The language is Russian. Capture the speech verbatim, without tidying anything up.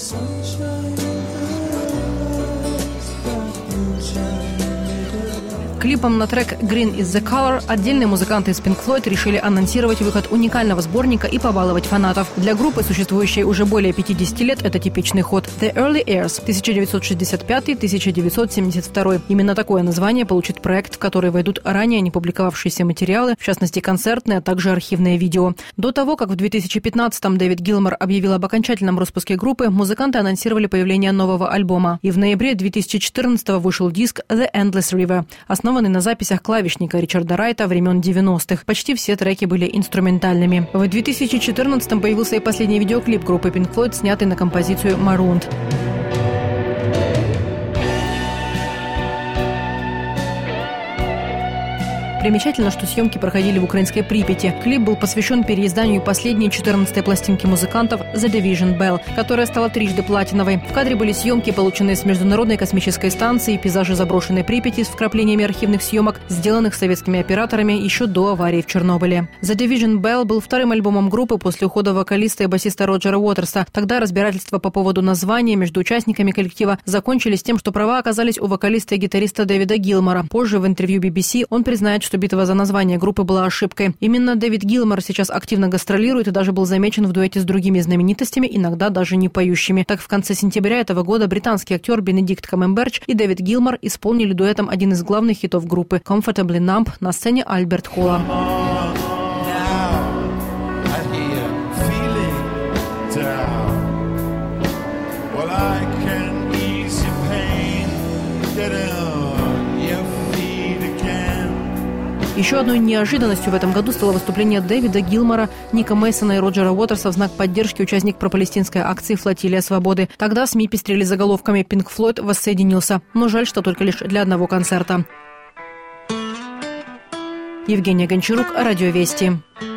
Клипом на трек «Green is the Color» отдельные музыканты из Pink Floyd решили анонсировать выход уникального сборника и побаловать фанатов. Для группы, существующей уже более пятидесяти лет, это типичный ход. «The Early Years» тысяча девятьсот шестьдесят пятый — тысяча девятьсот семьдесят второй. Именно такое название получит проект, в который войдут ранее не публиковавшиеся материалы, в частности концертные, а также архивные видео. До того, как в две тысячи пятнадцатом Дэвид Гилмор объявил об окончательном распуске группы, музыканты анонсировали появление нового альбома. И в ноябре две тысячи четырнадцатого вышел диск «The Endless River», основанный на записях клавишника Ричарда Райта времен девяностых. Почти все треки были инструментальными. В две тысячи четырнадцатом появился и последний видеоклип группы Pink Floyd, снятый на композицию «Marooned». Примечательно, что съемки проходили в украинской Припяти. Клип был посвящен переизданию последней четырнадцатой пластинки музыкантов «The Division Bell», которая стала трижды платиновой. В кадре были съемки, полученные с Международной космической станции, пейзажи заброшенной Припяти с вкраплениями архивных съемок, сделанных советскими операторами еще до аварии в Чернобыле. «The Division Bell» был вторым альбомом группы после ухода вокалиста и басиста Роджера Уотерса. Тогда разбирательства по поводу названия между участниками коллектива закончились тем, что права оказались у вокалиста и гитариста Дэвида Гилмора. Позже в интервью би би си он признает, что битва за название группы была ошибкой. Именно Дэвид Гилмор сейчас активно гастролирует и даже был замечен в дуэте с другими знаменитостями, иногда даже не поющими. Так, в конце сентября этого года британский актер Бенедикт Камбербэтч и Дэвид Гилмор исполнили дуэтом один из главных хитов группы «Comfortably Numb» на сцене Альберт Холла. Еще одной неожиданностью в этом году стало выступление Дэвида Гилмора, Ника Мейсона и Роджера Уотерса в знак поддержки участник пропалестинской акции «Флотилия свободы». Тогда СМИ пестрели заголовками «Пинк Флойд воссоединился». Но жаль, что только лишь для одного концерта. Евгения Гончарук, Радио Вести.